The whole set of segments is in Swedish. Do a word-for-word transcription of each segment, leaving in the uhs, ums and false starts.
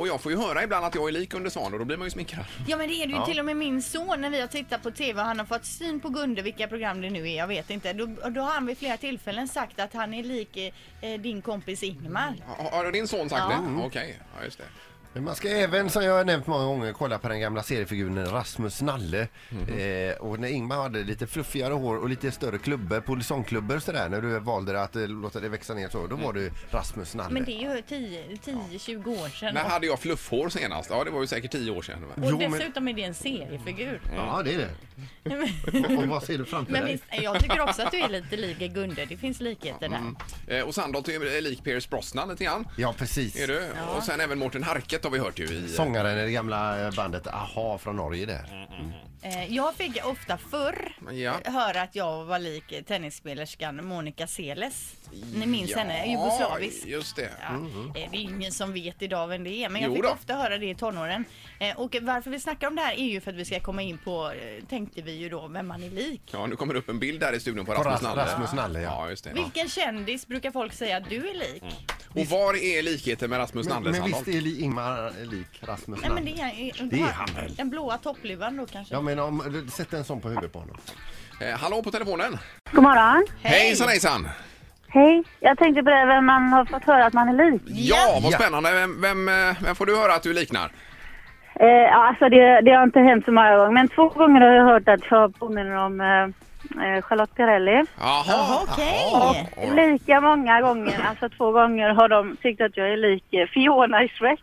Och jag får ju höra ibland att jag är lik under svan och då blir man ju smickrad. Ja, men det är det ju ja. till och med min son när vi har tittat på tv och han har fått syn på Gunde, vilka program det nu är, jag vet inte. Då, då har han vid flera tillfällen sagt att han är lik eh, din kompis Ingmar. Har ja, din son sagt ja. det? Mm. Okej, okay. Ja just det. Men man ska även, som jag har nämnt många gånger, kolla på den gamla seriefiguren Rasmus Nalle. Mm. Eh, och när Ingmar hade lite fluffigare hår och lite större klubbor, polisongklubbor och sådär, när du valde att eh, låta det växa ner så, då var du Rasmus Nalle. Men det är ju tio tjugo år sedan. När hade jag fluffhår senast? Ja, det var ju säkert tio år sedan. Och jo, dessutom men... är det en seriefigur. Ja, det är det. Och vad ser du framför men dig? Visst, jag tycker också att du är lite lik Gunde. Det finns likheter där. Mm. Eh, och Sandholt är lik Pierce Brosnan lite grann. Ja, precis. Är du? Ja. Och sen även Mårten Harket har vi hört ju i... Sångaren i det gamla bandet Aha från Norge där. Mm. Eh, jag fick ofta förr ja. höra att jag var lik tennissspelerskan Monica Seles. Ni minns ja, henne, jugoslavisk. Just det. Ja, mm. Det är ingen som vet idag vem det är, men jag jo fick då. ofta höra det i tonåren. Eh, och varför vi snackar om det här är ju för att vi ska komma in på, tänkte vi ju då, vem man är lik. Ja, nu kommer det upp en bild där i studion på, på Rasmus Nalle. Rasmus Nalle, ja. Ja, just det. Vilken kändis brukar folk säga att du är lik? Mm. Och var är likheten med Rasmus men, Nalle? Men visst är Ingmar lik Rasmus Nalle? Nej, men det är, det är han väl? Den blåa toppluvan då kanske. Ja, men om, sätt en sån på huvudet på honom. Eh, hallå på telefonen. God morgon. Hej, hejsan, hejsan. Hej, jag tänkte på det, vem man har fått höra att man är lik. Ja, vad spännande. Vem, vem, vem får du höra att du liknar? Eh, ja, alltså det, det har inte hänt så många gånger, men två gånger har jag hört att jag påminner om eh, Charlotte Perrelli. Jaha, okej. Okay. Lika många gånger, alltså två gånger har de tyckt att jag är lik Fiona i Shrek.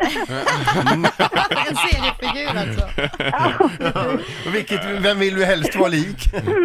En seriefigur alltså. Ja. Vilket, vem vill du helst vara lik?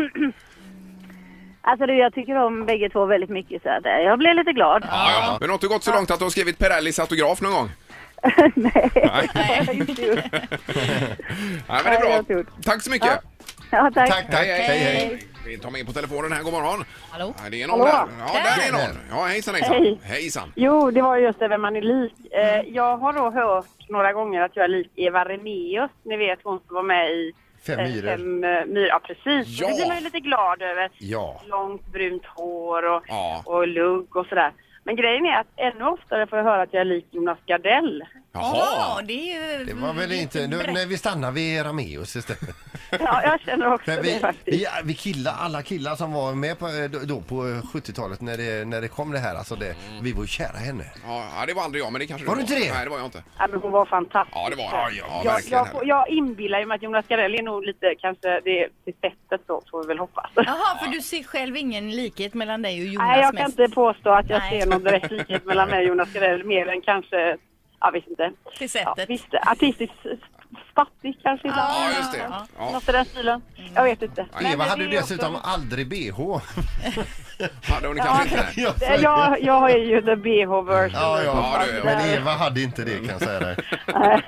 Alltså det, jag tycker om bägge två väldigt mycket så att jag blev lite glad. Ja, ja. Men har du gått så långt att du har skrivit Perellis autograf någon gång? Nej, Nej. det har jag inte gjort. Nej, men det är bra. Tack så mycket. Ja, ja tack. Tack, tack. Hej, hej. hej. Vi tar med på telefonen här. God morgon. Hallå? Ja, det är någon Hallå? där. Ja, där är någon. Ja, hejsan, hejsan. Hej. Hejsan. Jo, det var just det, vem man är lik. Eh, jag har då hört några gånger att jag är lik Eva Renéus. Ni vet, hon som var med i Fem eh, myror. Fem eh, myror. Ja, precis. Ja. Det blir man ju lite glad över. Ja. Långt brunt hår och, Ja. och lugg och sådär. Men grejen är att ännu oftare får jag höra att jag är lik Jonas Gardell. Jaha. Ja, det är ju... Det var väl inte... Nu, när vi stannar vid Rameus istället. Ja, jag känner också För det vi, faktiskt. vi, vi killar, alla killar som var med på, då, då på sjuttiotalet när det, när det kom det här, alltså det, vi var ju kära henne. Ja, det var aldrig jag, men det kanske Var du du inte det? Nej, det var jag inte. Ja, men hon var fantastisk. Ja, det var ja, ja, jag, verkligen. jag, jag inbillar ju mig att Jonas Gardell är nog lite, kanske det är till sättet så, får vi väl hoppas. Jaha, för du ser själv ingen likhet mellan dig och Jonas? Nej, jag kan mest. inte påstå att jag Nej. ser någon direkt likhet mellan mig och Jonas Gardell, mer än kanske, jag vet inte. Till sättet. Ja, visst, artistiskt spattig kanske ibland. Ja, just det. Ja. Något i den stilen. Jag vet inte. Eva Men hade det ju är dessutom också- aldrig B H. Hade hon kanske inte? Ja, Det- Jag, jag är ju the B H-version. ja, Ja, du- men Eva hade inte det, kan jag säga dig. Nej,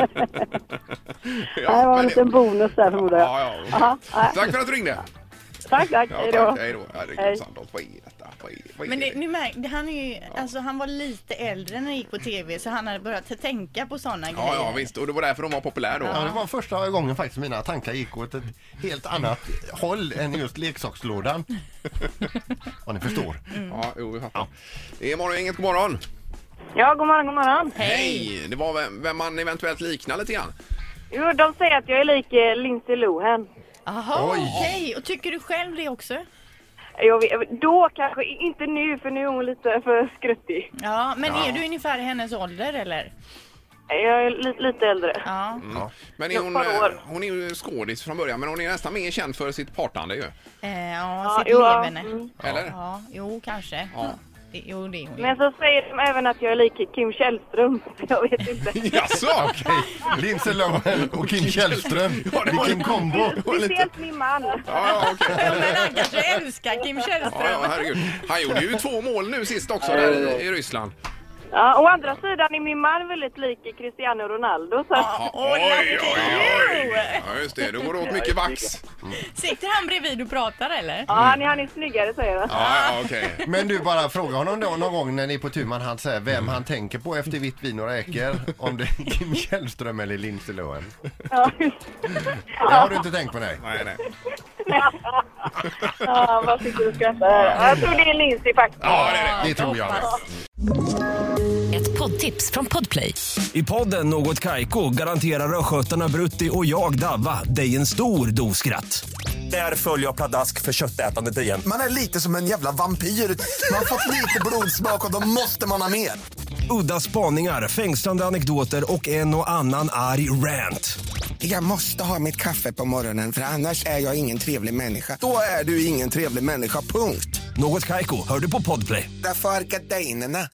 det var en men liten bonus där förmodar jag. Ja, ja. Aha, nej. Tack för att du ringde. Tack, tack. Ja, Hej tack. då. Hej då. Herregud, Hej. Sandholt, vad är detta? Vad är, vad är Men det, det? ni märker, han är ju, alltså han var lite äldre när han gick på tv så han hade börjat tänka på sådana Ja, grejer. ja, visst. Och det var därför de var populär då. Ja, det var första gången faktiskt mina tankar gick åt ett helt annat håll än just leksakslådan. Vad ni förstår. Ja, jo, vi fattar. Det är morgon, inget god morgon. Ja, god morgon, god morgon. Hej! Det var vem, vem man eventuellt liknar lite grann. Jo, de säger att jag är lik eh, Lindsay Lohan. Jaha, Oj. okej. Och tycker du själv det också? Jag vet, då kanske, inte nu för nu är hon lite för skruttig. Ja, men Ja. är du ungefär i hennes ålder eller? Jag är li, lite äldre. Ja. Mm. Ja. Men är Ja, hon, ett par eh, år. hon är ju skådis från början, men hon är nästan mer känd för sitt partande ju. Eh, ja, Ja, sitt jo, ja. leverne. Mm. Eller? Ja, jo, kanske. Ja. Det, jo, det är hon ju. Men så säger de även att jag är lik Kim Källström. Jag vet inte. Jaså? Okej, Lindsay Lohan och Kim Källström. Vilken kombo. Speciellt min man. Ja, ja, okej. Ja, men han kanske älskar Kim Ja, Källström. ja, herregud. Han gjorde ju två mål nu sist också där i, i Ryssland. Ja, å andra sidan är min man väldigt lik Cristiano Ronaldo. Så. Ja, oj, oj, oj. Ja, just det. Då går det åt mycket vax. Sitter han bredvid och pratar eller? Ja, han är, han är snyggare säger jag. Ja, ja, okej. Men du, bara fråga honom då någon gång när ni är på tur man han säger vem han tänker på efter vitt vin och räkor. Om det är Kim Källström eller Lindsay Lohan. Ja, Det har du inte tänkt på, nej. Nej, nej. ja vad sitter du och skrattar här? Jag tror det är Lindsay faktiskt. Ja, det är det. Det tror jag med. Ett podd poddtips från Podplay. I podden Något Kaiko garanterar östgötarna Brutti och jag Davva dig en stor dos skratt. Där följer jag pladask för köttätandet igen. Man är lite som en jävla vampyr. Man har fått lite blodsmak och då måste man ha mer. Udda spaningar, fängslande anekdoter och en och annan arg rant. Jag måste ha mitt kaffe på morgonen för annars är jag ingen trevlig människa. Då är du ingen trevlig människa, punkt. Något Kaiko, hör du på Podplay. Därför är gardinerna.